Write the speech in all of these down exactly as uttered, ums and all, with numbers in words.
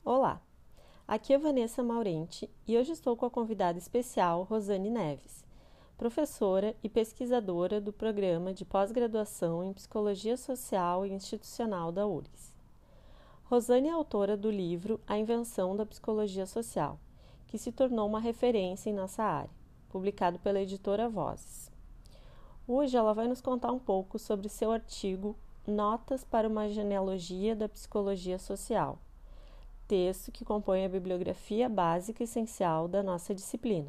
Olá, aqui é Vanessa Maurenti e hoje estou com a convidada especial Rosane Neves, professora e pesquisadora do Programa de Pós-Graduação em Psicologia Social e Institucional da U R G S. Rosane é autora do livro A Invenção da Psicologia Social, que se tornou uma referência em nossa área, publicado pela editora Vozes. Hoje ela vai nos contar um pouco sobre seu artigo Notas para uma Genealogia da Psicologia Social, texto que compõe a bibliografia básica essencial da nossa disciplina.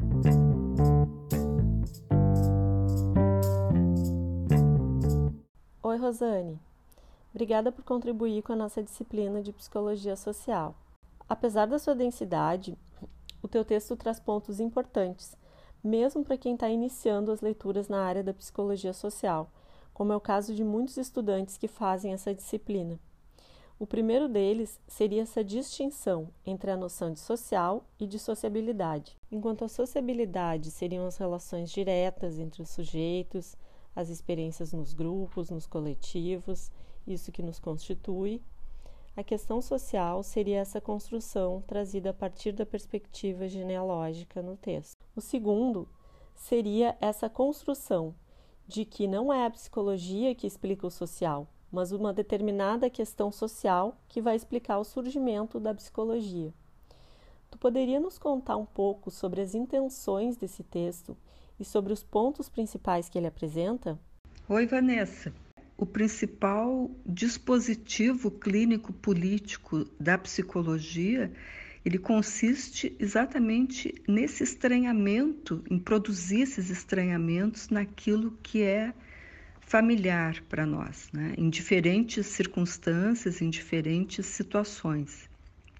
Oi, Rosane. Obrigada por contribuir com a nossa disciplina de Psicologia Social. Apesar da sua densidade, o teu texto traz pontos importantes, mesmo para quem está iniciando as leituras na área da Psicologia Social, como é o caso de muitos estudantes que fazem essa disciplina. O primeiro deles seria essa distinção entre a noção de social e de sociabilidade. Enquanto a sociabilidade seriam as relações diretas entre os sujeitos, as experiências nos grupos, nos coletivos, isso que nos constitui, a questão social seria essa construção trazida a partir da perspectiva genealógica no texto. O segundo seria essa construção de que não é a psicologia que explica o social, mas uma determinada questão social que vai explicar o surgimento da psicologia. Tu poderia nos contar um pouco sobre as intenções desse texto e sobre os pontos principais que ele apresenta? Oi, Vanessa. O principal dispositivo clínico-político da psicologia, ele consiste exatamente nesse estranhamento, em produzir esses estranhamentos naquilo que é familiar para nós, né? Em diferentes circunstâncias, em diferentes situações.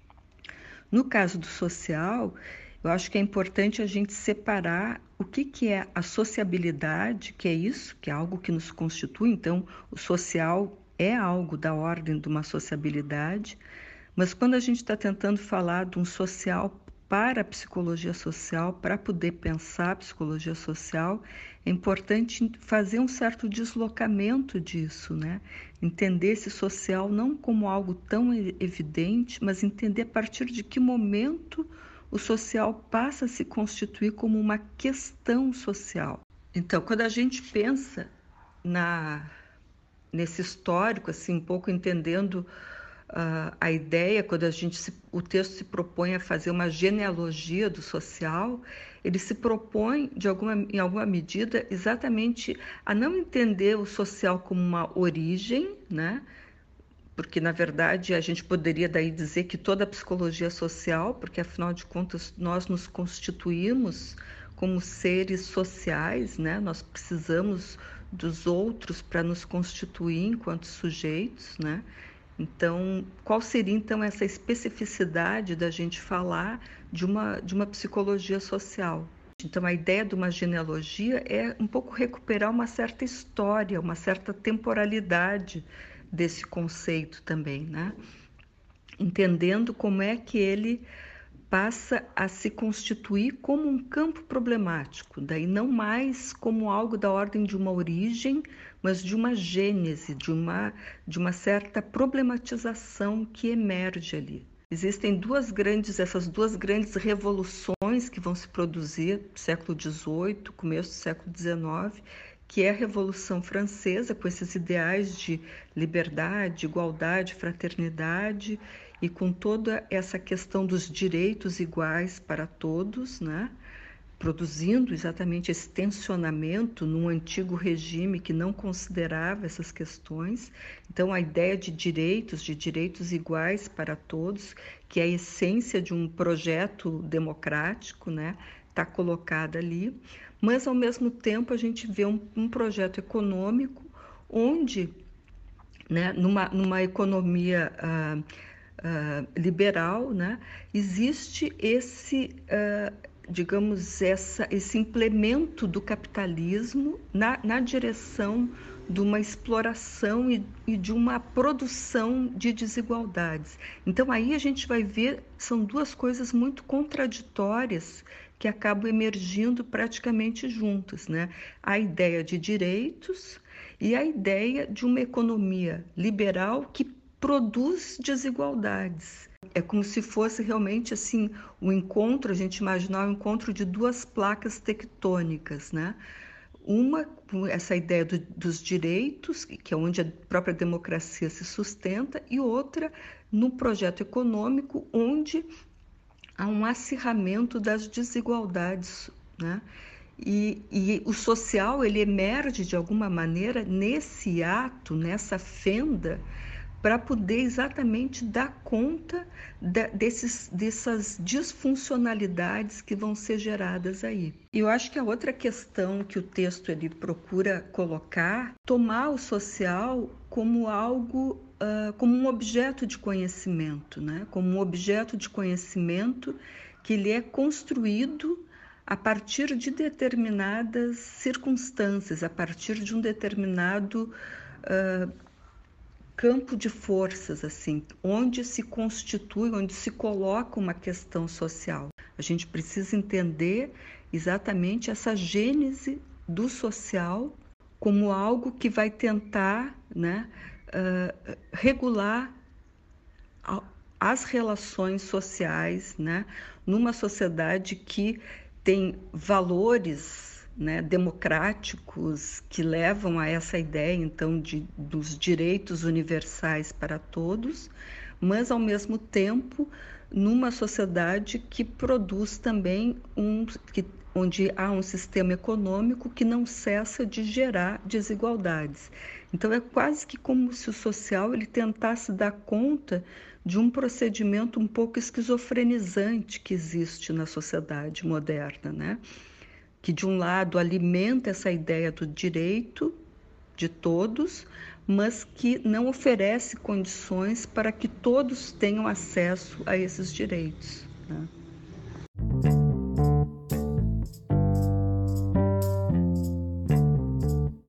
No caso do social, eu acho que é importante a gente separar o que, que é a sociabilidade, que é isso, que é algo que nos constitui. Então, o social é algo da ordem de uma sociabilidade, mas quando a gente está tentando falar de um social para a psicologia social, para poder pensar a psicologia social, é importante fazer um certo deslocamento disso, né? Entender esse social não como algo tão evidente, mas entender a partir de que momento o social passa a se constituir como uma questão social. Então, quando a gente pensa na, nesse histórico, assim, um pouco entendendo Uh, a ideia, quando a gente se, o texto se propõe a fazer uma genealogia do social, ele se propõe, de alguma, em alguma medida, exatamente a não entender o social como uma origem, né? Porque, na verdade, a gente poderia daí dizer que toda a psicologia é social, porque, afinal de contas, nós nos constituímos como seres sociais, né? Nós precisamos dos outros para nos constituir enquanto sujeitos, né? Então, qual seria então essa especificidade da gente falar de uma, de uma psicologia social? Então, a ideia de uma genealogia é um pouco recuperar uma certa história, uma certa temporalidade desse conceito também, né? Entendendo como é que ele passa a se constituir como um campo problemático, daí não mais como algo da ordem de uma origem, mas de uma gênese, de uma, de uma certa problematização que emerge ali. Existem duas grandes, essas duas grandes revoluções que vão se produzir no século dezoito, começo do século dezenove, que é a Revolução Francesa, com esses ideais de liberdade, igualdade, fraternidade, e com toda essa questão dos direitos iguais para todos, né? Produzindo exatamente esse tensionamento num antigo regime que não considerava essas questões. Então, a ideia de direitos, de direitos iguais para todos, que é a essência de um projeto democrático, né? Está colocada ali. Mas, ao mesmo tempo, a gente vê um, um projeto econômico onde, né, numa, numa economia ah, ah, liberal, né, existe esse... Ah, digamos, essa, esse implemento do capitalismo na, na direção de uma exploração e, e de uma produção de desigualdades. Então, aí a gente vai ver, são duas coisas muito contraditórias que acabam emergindo praticamente juntas, né? A ideia de direitos e a ideia de uma economia liberal que produz desigualdades. É como se fosse realmente assim um encontro, a gente imaginar o encontro de duas placas tectônicas, né? Uma, essa ideia do, dos direitos, que é onde a própria democracia se sustenta, e outra no projeto econômico, onde há um acirramento das desigualdades, né? E, e o social, ele emerge de alguma maneira nesse ato, nessa fenda, para poder exatamente dar conta da, desses, dessas disfuncionalidades que vão ser geradas aí. E eu acho que a outra questão que o texto ele procura colocar, tomar o social como algo, uh, como um objeto de conhecimento, né? Como um objeto de conhecimento que ele é construído a partir de determinadas circunstâncias, a partir de um determinado uh, campo de forças, assim, onde se constitui, onde se coloca uma questão social. A gente precisa entender exatamente essa gênese do social como algo que vai tentar, né, uh, regular as relações sociais, né, numa sociedade que tem valores, né, democráticos que levam a essa ideia, então, de, dos direitos universais para todos, mas, ao mesmo tempo, numa sociedade que produz também um, que, onde há um sistema econômico que não cessa de gerar desigualdades. Então, é quase que como se o social ele tentasse dar conta de um procedimento um pouco esquizofrenizante que existe na sociedade moderna, né? Que de um lado alimenta essa ideia do direito de todos, mas que não oferece condições para que todos tenham acesso a esses direitos, né?